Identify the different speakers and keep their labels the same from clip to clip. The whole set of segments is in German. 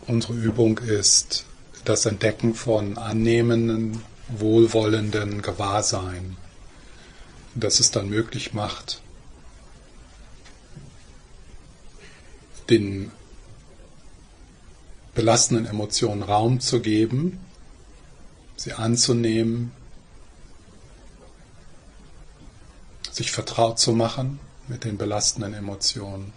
Speaker 1: Unsere Übung ist das Entdecken von annehmenden, wohlwollenden Gewahrsein, das es dann möglich macht, den belastenden Emotionen Raum zu geben, sie anzunehmen, sich vertraut zu machen mit den belastenden Emotionen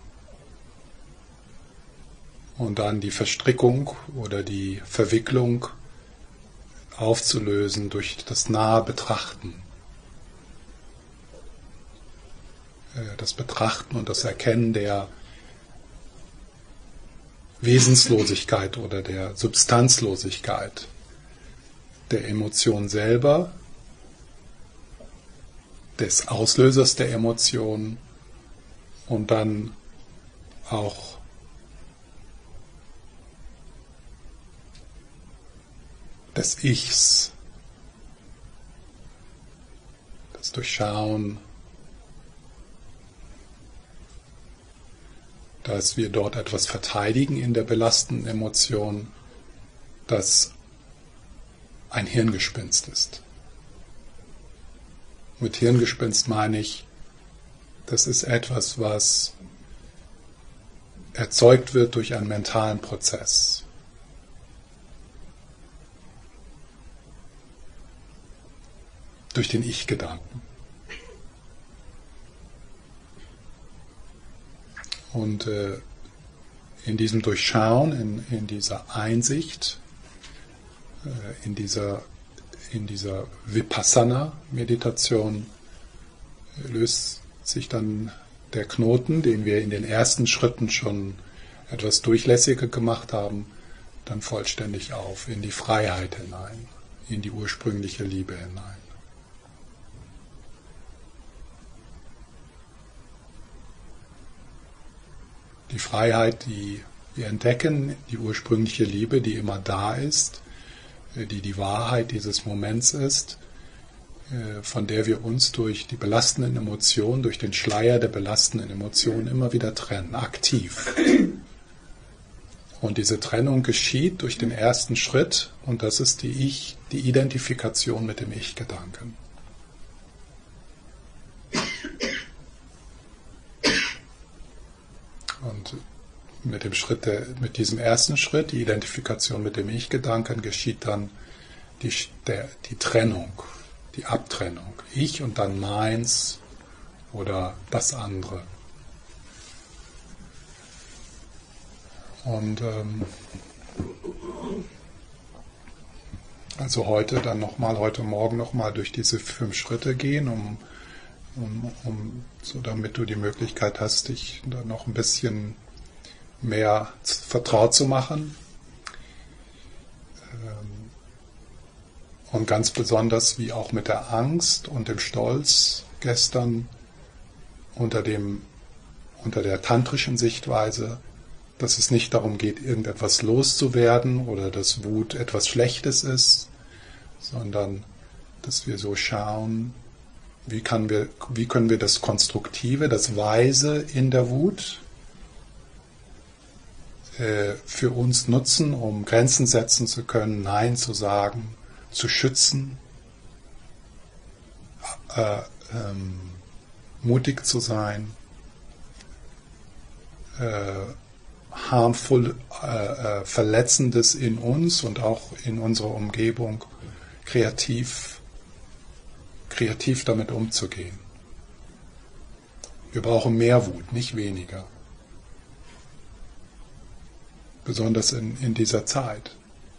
Speaker 1: und dann die Verstrickung oder die Verwicklung aufzulösen durch das nahe Betrachten. Das Betrachten und das Erkennen der Wesenslosigkeit oder der Substanzlosigkeit der Emotion selber, des Auslösers der Emotion und dann auch des Ichs, das Durchschauen, dass wir dort etwas verteidigen in der belastenden Emotion, das ein Hirngespinst ist. Mit Hirngespinst meine ich, das ist etwas, was erzeugt wird durch einen mentalen Prozess. Durch den Ich-Gedanken. Und in diesem Durchschauen, in dieser Einsicht, in dieser Vipassana-Meditation löst sich dann der Knoten, den wir in den ersten Schritten schon etwas durchlässiger gemacht haben, dann vollständig auf, in die Freiheit hinein, in die ursprüngliche Liebe hinein. Die Freiheit, die wir entdecken, die ursprüngliche Liebe, die immer da ist, die Wahrheit dieses Moments ist, von der wir uns durch die belastenden Emotionen, durch den Schleier der belastenden Emotionen immer wieder trennen, aktiv. Und diese Trennung geschieht durch den ersten Schritt, und das ist die Identifikation mit dem Ich-Gedanken. Und mit diesem ersten Schritt, die Identifikation mit dem Ich-Gedanken, geschieht dann die Trennung, die Abtrennung. Ich und dann meins oder das andere. Und also heute Morgen nochmal durch diese 5 Schritte gehen, damit du die Möglichkeit hast, dich da noch ein bisschen mehr vertraut zu machen. Und ganz besonders, wie auch mit der Angst und dem Stolz gestern unter der tantrischen Sichtweise, dass es nicht darum geht, irgendetwas loszuwerden oder dass Wut etwas Schlechtes ist, sondern dass wir so schauen, wie können wir das Konstruktive, das Weise in der Wut für uns nutzen, um Grenzen setzen zu können, Nein zu sagen, zu schützen, mutig zu sein, Verletzendes in uns und auch in unserer Umgebung kreativ damit umzugehen. Wir brauchen mehr Wut, nicht weniger. Besonders in dieser Zeit.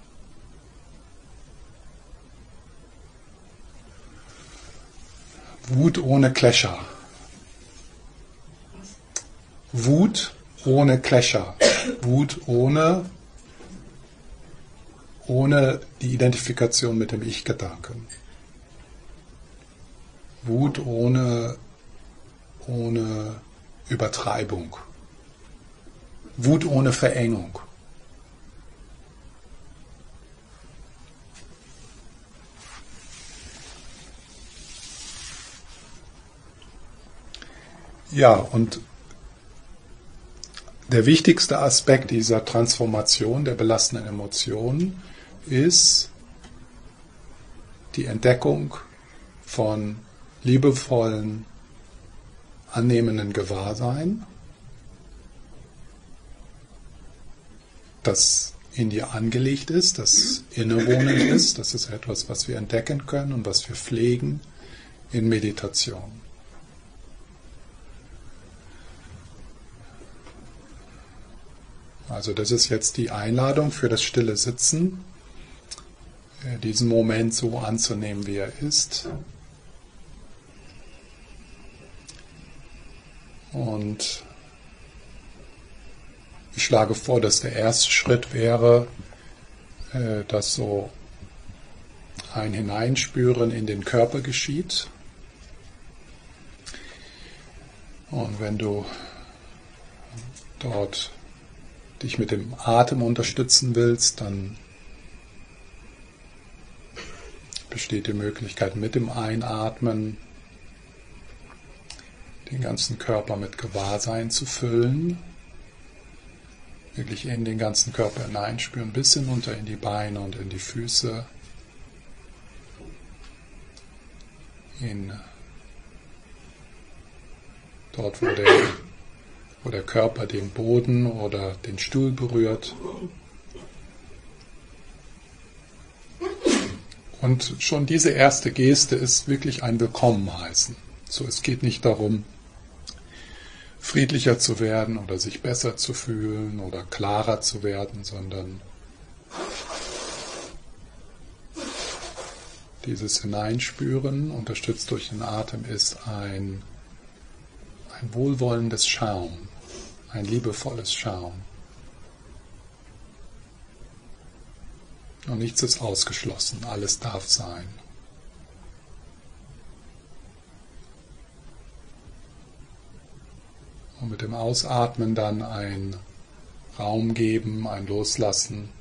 Speaker 1: Wut ohne Klescher. Wut ohne Klescher. Wut ohne die Identifikation mit dem Ich-Gedanken. Wut ohne Übertreibung. Wut ohne Verengung. Ja, und Der wichtigste Aspekt dieser Transformation der belastenden Emotionen ist die Entdeckung von liebevollen, annehmenden Gewahrsein, das in dir angelegt ist, das innewohnend ist. Das ist etwas, was wir entdecken können und was wir pflegen in Meditation. Also das ist jetzt die Einladung für das stille Sitzen, diesen Moment so anzunehmen, wie er ist. Und ich schlage vor, dass der erste Schritt wäre, dass so ein Hineinspüren in den Körper geschieht. Und wenn du dort dich mit dem Atem unterstützen willst, dann besteht die Möglichkeit, mit dem Einatmen den ganzen Körper mit Gewahrsein zu füllen. Wirklich in den ganzen Körper hineinspüren, bis hinunter in die Beine und in die Füße. Dort, wo der Körper den Boden oder den Stuhl berührt. Und schon diese erste Geste ist wirklich ein Willkommenheißen. So, es geht nicht darum, friedlicher zu werden oder sich besser zu fühlen oder klarer zu werden, sondern dieses Hineinspüren, unterstützt durch den Atem, ist ein wohlwollendes Schauen, ein liebevolles Schauen. Und nichts ist ausgeschlossen, alles darf sein. Und mit dem Ausatmen dann ein Raum geben, ein Loslassen.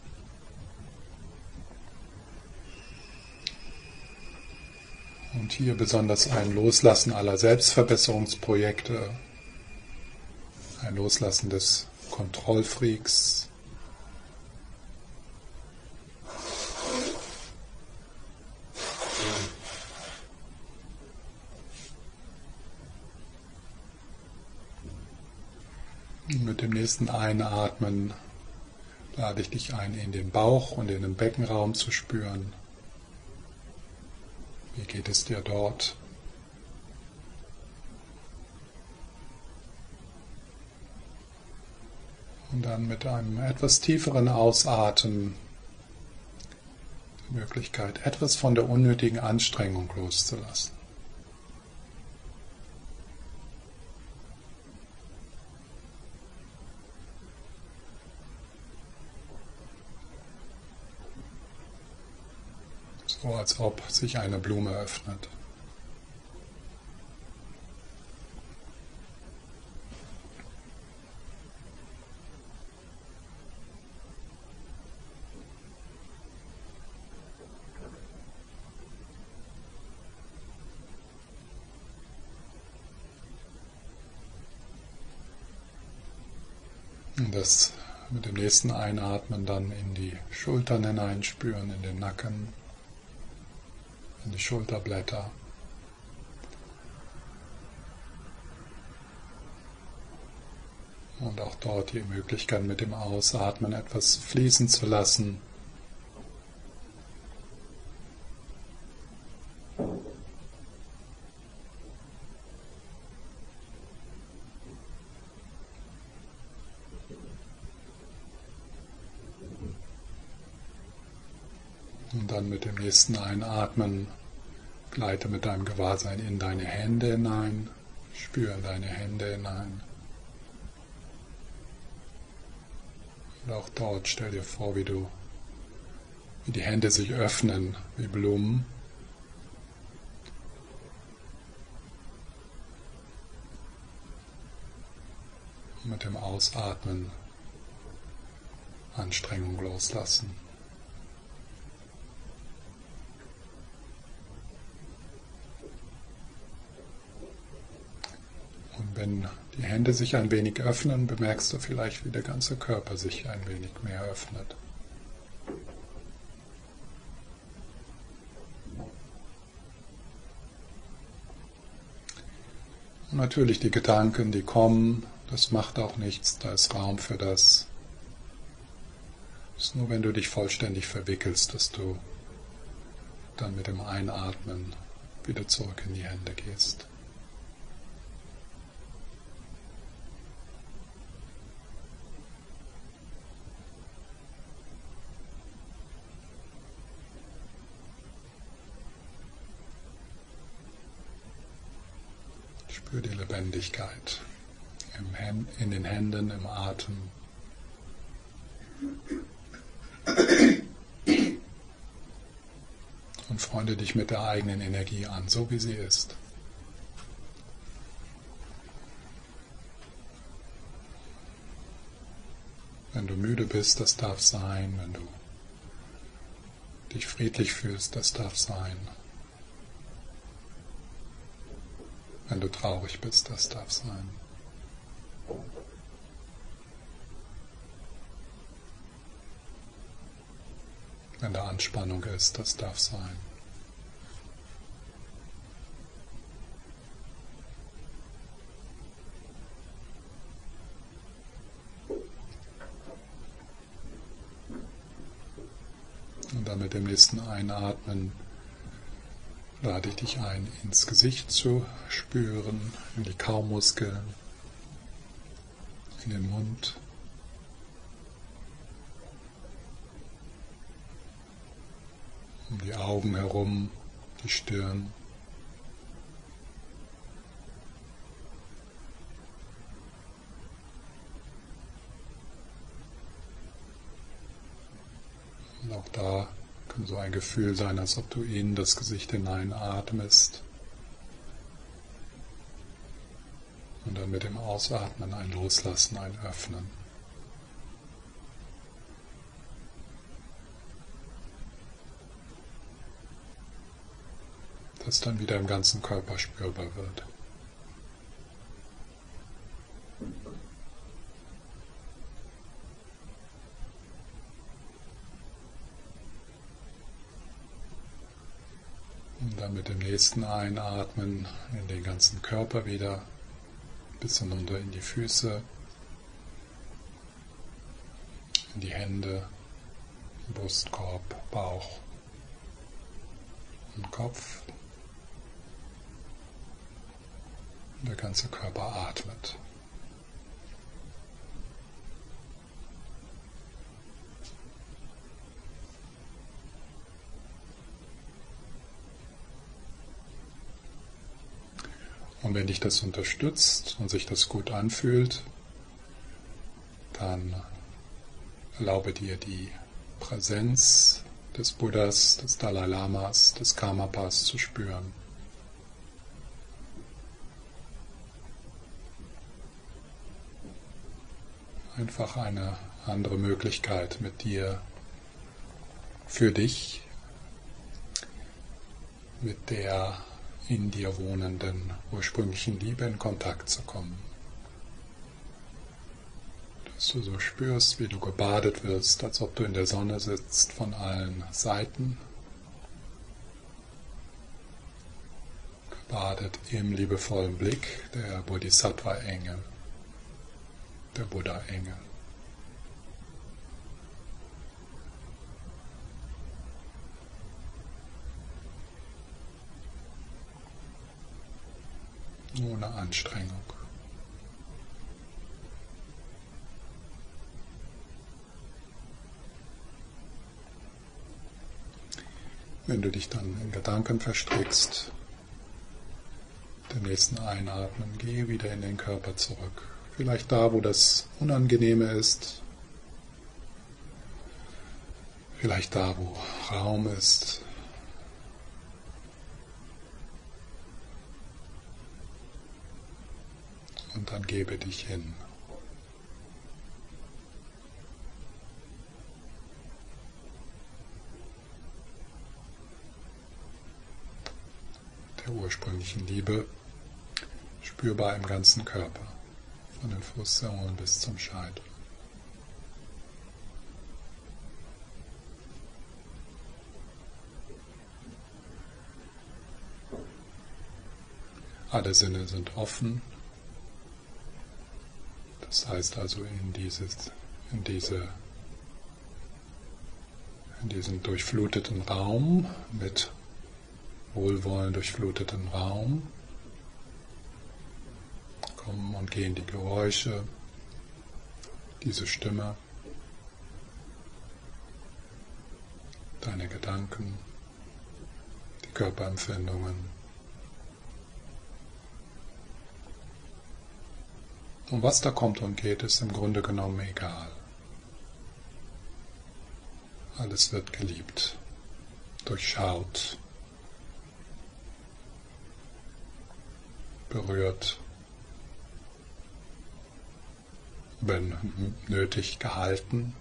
Speaker 1: Und hier besonders ein Loslassen aller Selbstverbesserungsprojekte, ein Loslassen des Kontrollfreaks. Mit dem nächsten Einatmen lade ich dich ein, in den Bauch und in den Beckenraum zu spüren. Wie geht es dir dort? Und dann mit einem etwas tieferen Ausatmen die Möglichkeit, etwas von der unnötigen Anstrengung loszulassen. So als ob sich eine Blume öffnet. Und das mit dem nächsten Einatmen dann in die Schultern hineinspüren, in den Nacken, in die Schulterblätter. Und auch dort die Möglichkeit, mit dem Ausatmen etwas fließen zu lassen. Und dann mit dem nächsten Einatmen gleite mit deinem Gewahrsein in deine Hände hinein, spüre in deine Hände hinein. Und auch dort stell dir vor, wie die Hände sich öffnen wie Blumen. Und mit dem Ausatmen Anstrengung loslassen. Und wenn die Hände sich ein wenig öffnen, bemerkst du vielleicht, wie der ganze Körper sich ein wenig mehr öffnet. Und natürlich die Gedanken, die kommen, das macht auch nichts, da ist Raum für das. Es ist nur, wenn du dich vollständig verwickelst, dass du dann mit dem Einatmen wieder zurück in die Hände gehst. Spür die Lebendigkeit in den Händen, im Atem. Und freunde dich mit der eigenen Energie an, so wie sie ist. Wenn du müde bist, das darf sein. Wenn du dich friedlich fühlst, das darf sein. Wenn du traurig bist, das darf sein. Wenn da Anspannung ist, das darf sein. Und dann mit dem nächsten Einatmen lade ich dich ein, ins Gesicht zu spüren, in die Kaumuskeln, in den Mund. Um die Augen herum, die Stirn. Und auch da kann so ein Gefühl sein, als ob du in das Gesicht hineinatmest. Und dann mit dem Ausatmen ein Loslassen, ein Öffnen. Das dann wieder im ganzen Körper spürbar wird. Und dann mit dem nächsten Einatmen in den ganzen Körper wieder, bis hinunter in die Füße, in die Hände, Brustkorb, Bauch und Kopf. Der ganze Körper atmet. Und wenn dich das unterstützt und sich das gut anfühlt, dann erlaube dir die Präsenz des Buddhas, des Dalai Lamas, des Karmapas zu spüren. Einfach eine andere Möglichkeit, mit dir, für dich, mit der in dir wohnenden ursprünglichen Liebe in Kontakt zu kommen. Dass du so spürst, wie du gebadet wirst, als ob du in der Sonne sitzt von allen Seiten. Gebadet im liebevollen Blick der Bodhisattva-Engel. Der Buddha-Engel. Ohne Anstrengung. Wenn du dich dann in Gedanken verstrickst, den nächsten Einatmen, gehe wieder in den Körper zurück. Vielleicht da, wo das Unangenehme ist. Vielleicht da, wo Raum ist. Und dann gebe dich hin. Der ursprünglichen Liebe. spürbar im ganzen Körper, von den Fußsohlen bis zum Scheitel. Alle Sinne sind offen, das heißt also in diesen durchfluteten Raum, mit Wohlwollen durchfluteten Raum, kommen und gehen die Geräusche, diese Stimme, deine Gedanken, die Körperempfindungen. Und was da kommt und geht, ist im Grunde genommen egal. Alles wird geliebt, durchschaut, berührt, wenn nötig gehalten.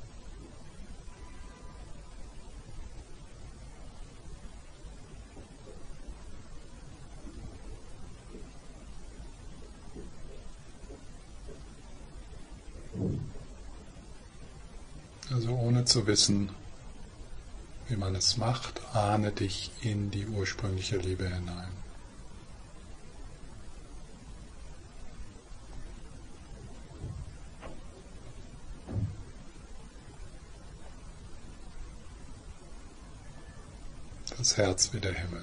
Speaker 1: Also ohne zu wissen, wie man es macht, ahne dich in die ursprüngliche Liebe hinein. Das Herz wie der Himmel.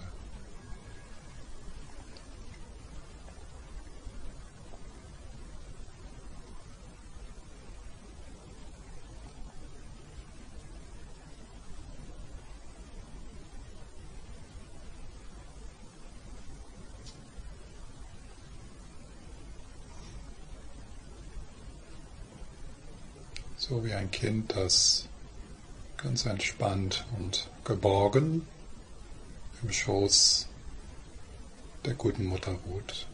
Speaker 1: So wie ein Kind, das ganz entspannt und geborgen im Schoß der guten Mutter ruht.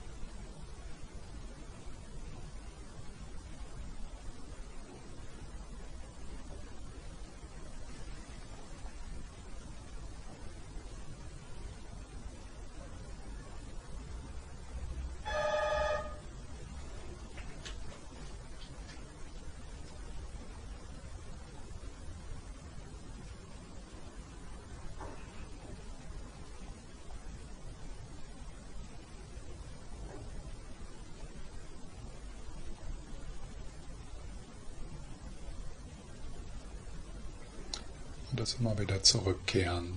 Speaker 1: Und das immer wieder zurückkehren.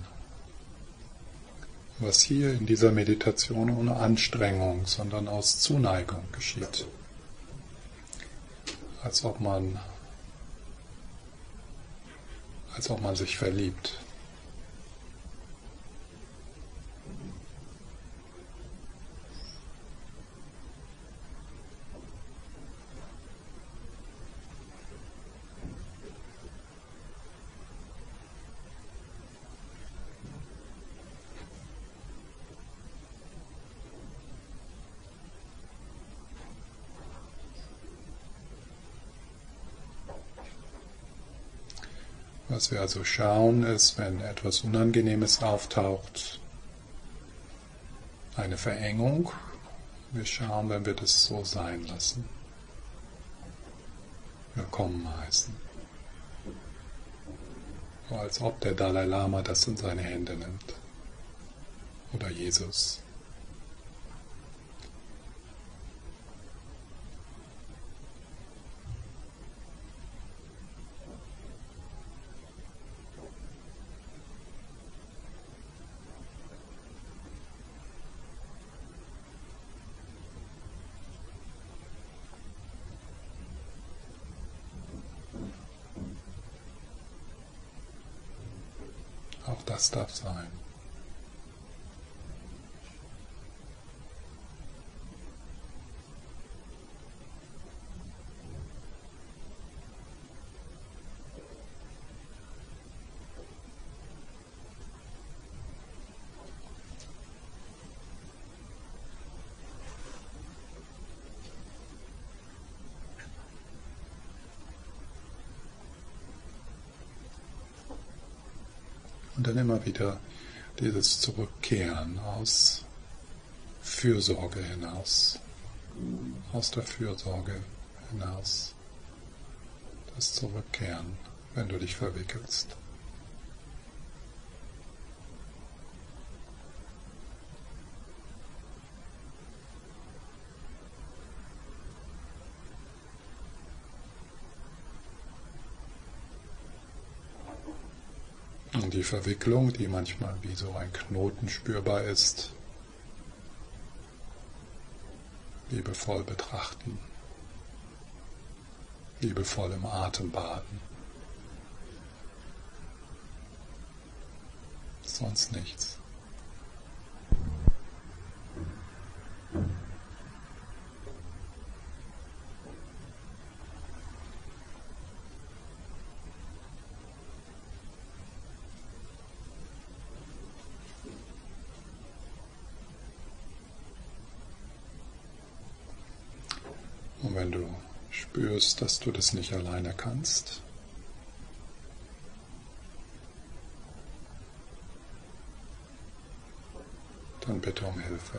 Speaker 1: Was hier in dieser Meditation ohne Anstrengung, sondern aus Zuneigung geschieht. Als ob man sich verliebt. Was wir also schauen, ist, wenn etwas Unangenehmes auftaucht, eine Verengung. Wir schauen, wenn wir das so sein lassen. Willkommen heißen. So als ob der Dalai Lama das in seine Hände nimmt. Oder Jesus. Auch das darf sein. Und dann immer wieder dieses Zurückkehren aus Fürsorge hinaus, aus der Fürsorge hinaus, das Zurückkehren, wenn du dich verwickelst. Und die Verwicklung, die manchmal wie so ein Knoten spürbar ist, liebevoll betrachten, liebevoll im Atem baden. Sonst nichts. Und wenn du spürst, dass du das nicht alleine kannst, dann bitte um Hilfe.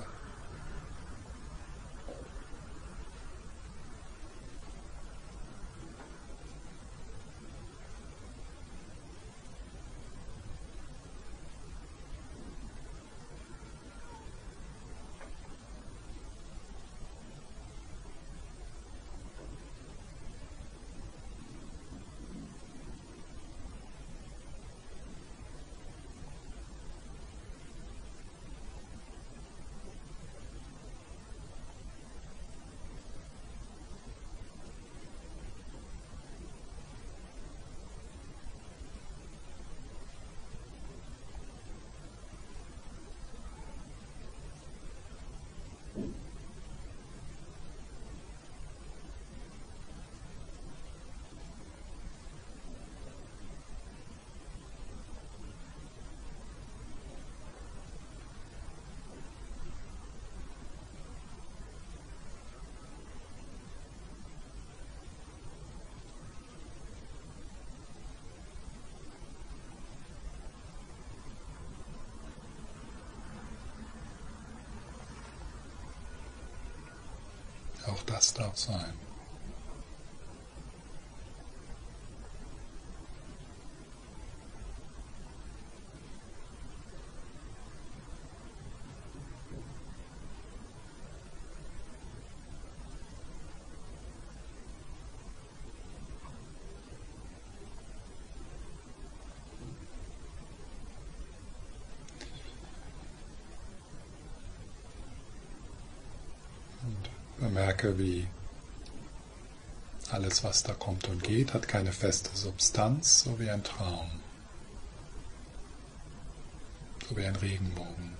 Speaker 1: Auch das darf sein. Bemerke, wie alles, was da kommt und geht, hat keine feste Substanz, so wie ein Traum, so wie ein Regenbogen.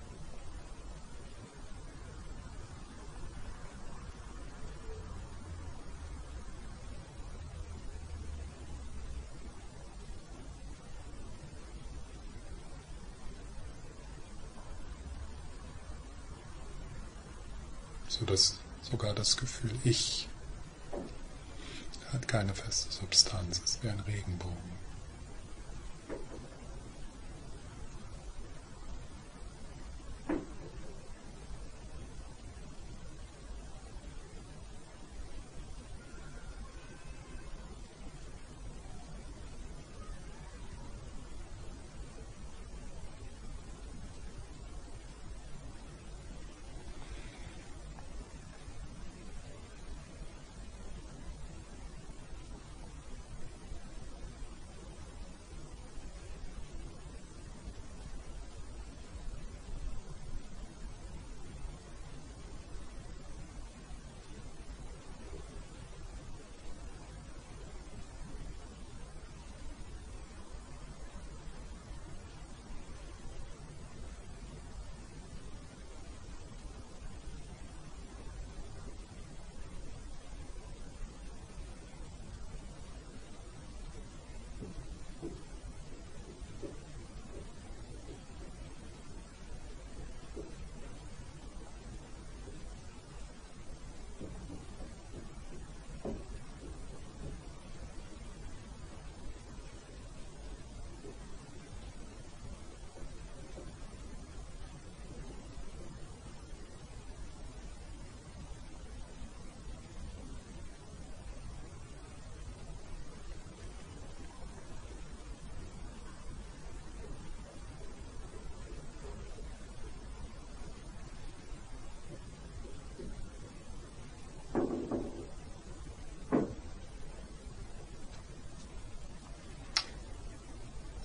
Speaker 1: Sodass sogar das Gefühl Ich hat keine feste Substanz, ist wie ein Regenbogen.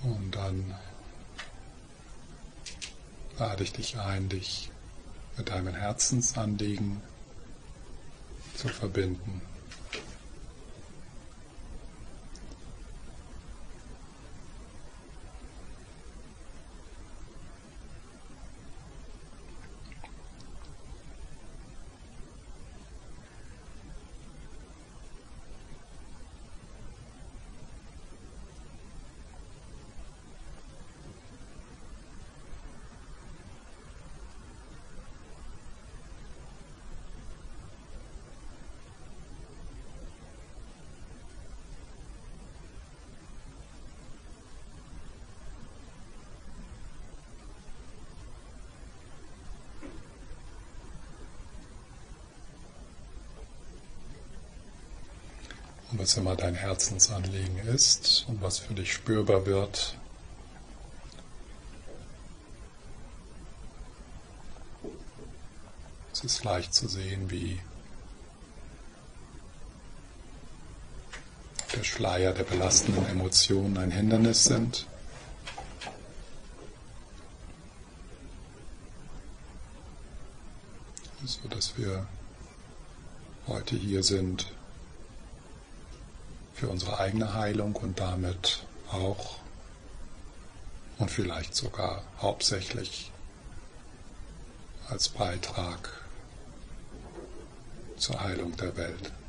Speaker 1: Und dann lade ich dich ein, dich mit deinem Herzensanliegen zu verbinden. Und was immer dein Herzensanliegen ist und was für dich spürbar wird, es ist leicht zu sehen, wie der Schleier der belastenden Emotionen ein Hindernis sind. So dass wir heute hier sind für unsere eigene Heilung und damit auch und vielleicht sogar hauptsächlich als Beitrag zur Heilung der Welt.